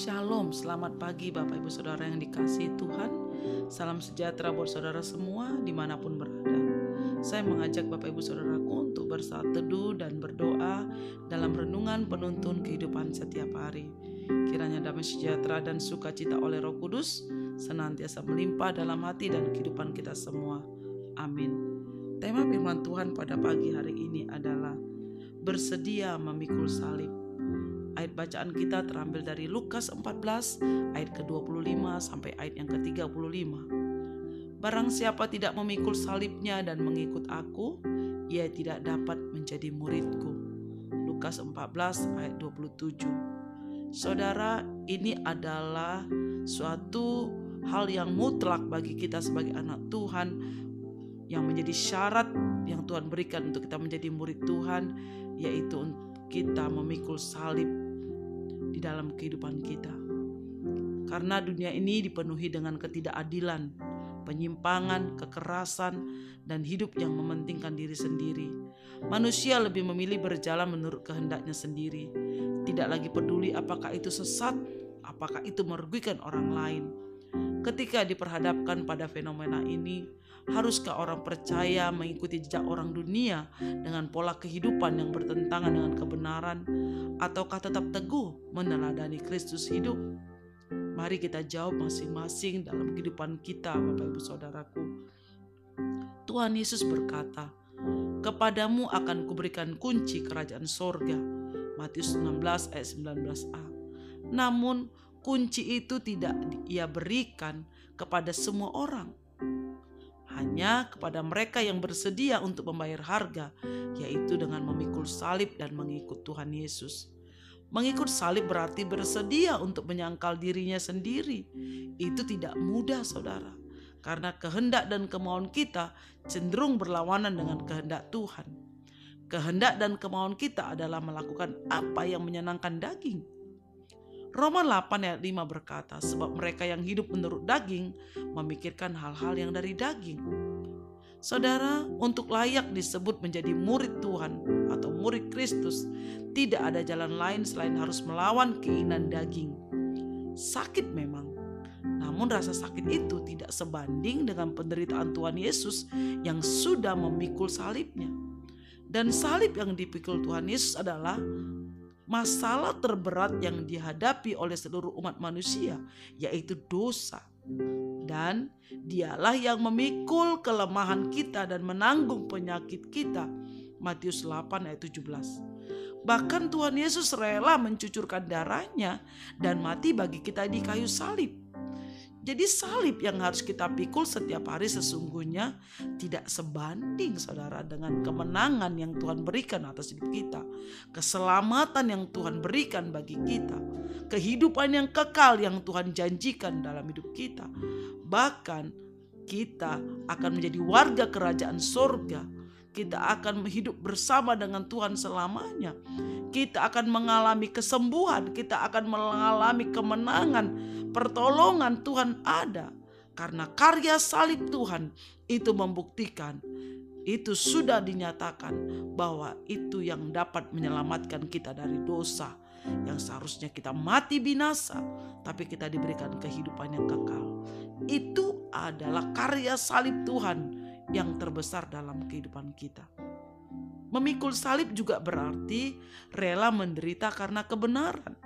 Shalom, selamat pagi Bapak Ibu Saudara yang dikasihi Tuhan. Salam sejahtera buat saudara semua dimanapun berada. Saya mengajak Bapak Ibu Saudaraku untuk bersaat teduh dan berdoa dalam renungan penuntun kehidupan setiap hari. Kiranya damai sejahtera dan sukacita oleh Roh Kudus senantiasa melimpah dalam hati dan kehidupan kita semua. Amin. Tema firman Tuhan pada pagi hari ini adalah bersedia memikul salib. Ayat bacaan kita terambil dari Lukas 14 ayat ke-25 sampai ayat yang ke-35. Barang siapa tidak memikul salibnya dan mengikut aku, ia tidak dapat menjadi muridku. Lukas 14 ayat 27. Saudara, ini adalah suatu hal yang mutlak bagi kita sebagai anak Tuhan, yang menjadi syarat yang Tuhan berikan untuk kita menjadi murid Tuhan, yaitu kita memikul salib di dalam kehidupan kita. Karena dunia ini dipenuhi dengan ketidakadilan, penyimpangan, kekerasan, dan hidup yang mementingkan diri sendiri. Manusia lebih memilih berjalan menurut kehendaknya sendiri, tidak lagi peduli apakah itu sesat, apakah itu merugikan orang lain. Ketika diperhadapkan pada fenomena ini, haruskah orang percaya mengikuti jejak orang dunia dengan pola kehidupan yang bertentangan dengan kebenaran, ataukah tetap teguh meneladani Kristus hidup? Mari kita jawab masing-masing dalam kehidupan kita, Bapak Ibu Saudaraku. Tuhan Yesus berkata, "Kepadamu akan kuberikan kunci kerajaan sorga." Matius 16 ayat 19a. Namun kunci itu tidak ia berikan kepada semua orang, hanya kepada mereka yang bersedia untuk membayar harga, yaitu dengan memikul salib dan mengikut Tuhan Yesus. Mengikut salib berarti bersedia untuk menyangkal dirinya sendiri. Itu tidak mudah, saudara, karena kehendak dan kemauan kita cenderung berlawanan dengan kehendak Tuhan. Kehendak dan kemauan kita adalah melakukan apa yang menyenangkan daging. Roma 8 ayat 5 berkata, sebab mereka yang hidup menurut daging memikirkan hal-hal yang dari daging. Saudara, untuk layak disebut menjadi murid Tuhan atau murid Kristus, tidak ada jalan lain selain harus melawan keinginan daging. Sakit memang, namun rasa sakit itu tidak sebanding dengan penderitaan Tuhan Yesus yang sudah memikul salibnya. Dan salib yang dipikul Tuhan Yesus adalah masalah terberat yang dihadapi oleh seluruh umat manusia, yaitu dosa. Dan dialah yang memikul kelemahan kita dan menanggung penyakit kita. Matius 8 ayat 17. Bahkan Tuhan Yesus rela mencucurkan darahnya dan mati bagi kita di kayu salib. Jadi salib yang harus kita pikul setiap hari sesungguhnya tidak sebanding, saudara, dengan kemenangan yang Tuhan berikan atas hidup kita. Keselamatan yang Tuhan berikan bagi kita. Kehidupan yang kekal yang Tuhan janjikan dalam hidup kita. Bahkan kita akan menjadi warga kerajaan sorga. Kita akan hidup bersama dengan Tuhan selamanya. Kita akan mengalami kesembuhan. Kita akan mengalami kemenangan. Pertolongan Tuhan ada. Karena karya salib Tuhan itu membuktikan, itu sudah dinyatakan bahwa itu yang dapat menyelamatkan kita dari dosa. Yang seharusnya kita mati binasa, tapi kita diberikan kehidupan yang kekal. Itu adalah karya salib Tuhan yang terbesar dalam kehidupan kita. Memikul salib juga berarti rela menderita karena kebenaran.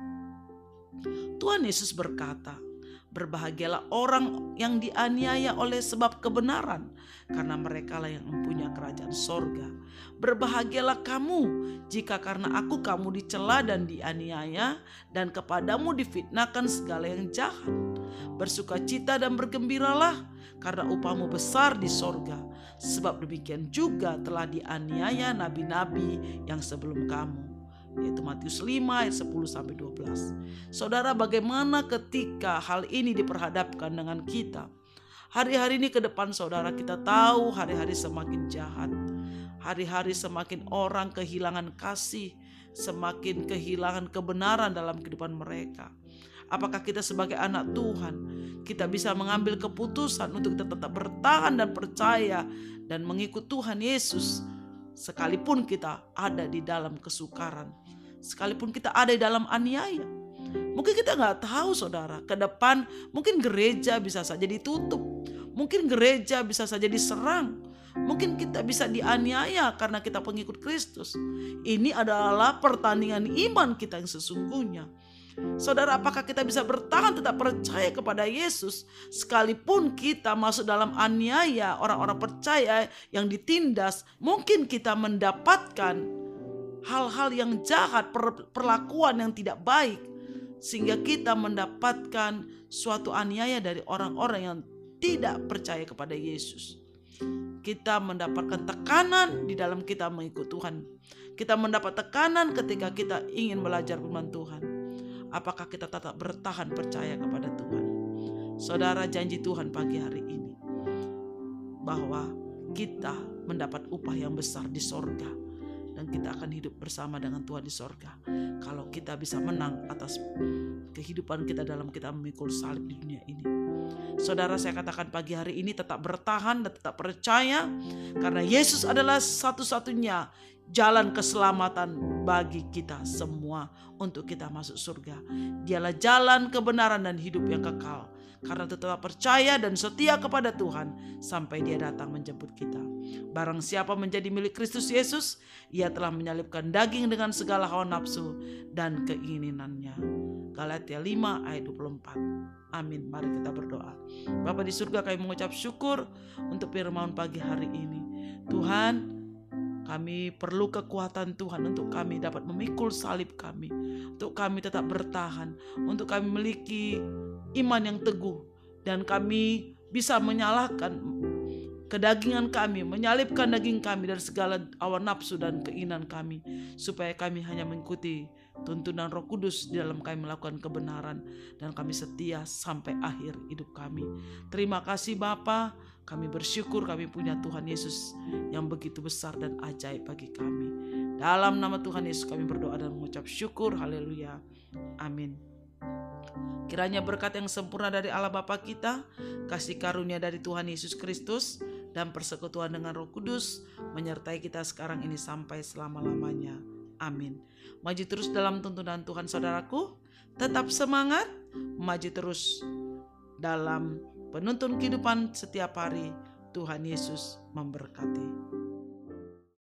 Tuhan Yesus berkata, berbahagialah orang yang dianiaya oleh sebab kebenaran, karena merekalah yang mempunyai kerajaan sorga. Berbahagialah kamu jika karena aku kamu dicela dan dianiaya, dan kepadamu difitnahkan segala yang jahat. Bersukacita dan bergembiralah, karena upahmu besar di sorga. Sebab demikian juga telah dianiaya nabi-nabi yang sebelum kamu. Yaitu Matius 5 ayat 10-12. Saudara, bagaimana ketika hal ini diperhadapkan dengan kita? Hari-hari ini ke depan, saudara, kita tahu hari-hari semakin jahat. Hari-hari semakin orang kehilangan kasih, semakin kehilangan kebenaran dalam kehidupan mereka. Apakah kita sebagai anak Tuhan, kita bisa mengambil keputusan untuk tetap bertahan dan percaya dan mengikut Tuhan Yesus, sekalipun kita ada di dalam kesukaran, sekalipun kita ada di dalam aniaya? Mungkin kita nggak tahu saudara, ke depan mungkin gereja bisa saja ditutup. Mungkin gereja bisa saja diserang. Mungkin kita bisa dianiaya karena kita pengikut Kristus. Ini adalah pertandingan iman kita yang sesungguhnya. Saudara, apakah kita bisa bertahan tetap percaya kepada Yesus sekalipun kita masuk dalam aniaya orang-orang percaya yang ditindas? Mungkin kita mendapatkan hal-hal yang jahat, perlakuan yang tidak baik, sehingga kita mendapatkan suatu aniaya dari orang-orang yang tidak percaya kepada Yesus. Kita mendapatkan tekanan di dalam kita mengikut Tuhan. Kita mendapat tekanan ketika kita ingin belajar firman Tuhan. Apakah kita tetap bertahan percaya kepada Tuhan? Saudara, janji Tuhan pagi hari ini bahwa kita mendapat upah yang besar di sorga, dan kita akan hidup bersama dengan Tuhan di sorga kalau kita bisa menang atas kehidupan kita dalam kita memikul salib di dunia ini. Saudara, saya katakan pagi hari ini tetap bertahan dan tetap percaya, karena Yesus adalah satu-satunya jalan keselamatan bagi kita semua untuk kita masuk surga. Dialah jalan kebenaran dan hidup yang kekal, karena tetap percaya dan setia kepada Tuhan sampai Dia datang menjemput kita. Barang siapa menjadi milik Kristus Yesus, ia telah menyalibkan daging dengan segala hawa nafsu dan keinginannya. Galatia 5 ayat 24. Amin. Mari kita berdoa. Bapa di surga, kami mengucap syukur untuk firman pagi hari ini. Tuhan, kami perlu kekuatan Tuhan untuk kami dapat memikul salib kami, untuk kami tetap bertahan, untuk kami memiliki iman yang teguh, dan kami bisa menyalahkan kedagingan kami, menyalibkan daging kami dari segala hawa nafsu dan keinginan kami, supaya kami hanya mengikuti tuntunan Roh Kudus di dalam kami melakukan kebenaran, dan kami setia sampai akhir hidup kami. Terima kasih Bapa, kami bersyukur kami punya Tuhan Yesus yang begitu besar dan ajaib bagi kami. Dalam nama Tuhan Yesus kami berdoa dan mengucap syukur. Haleluya. Amin. Kiranya berkat yang sempurna dari Allah Bapa kita, kasih karunia dari Tuhan Yesus Kristus, dan persekutuan dengan Roh Kudus menyertai kita sekarang ini sampai selama-lamanya. Amin. Maju terus dalam tuntunan Tuhan saudaraku. Tetap semangat, maju terus dalam penuntun kehidupan setiap hari. Tuhan Yesus memberkati.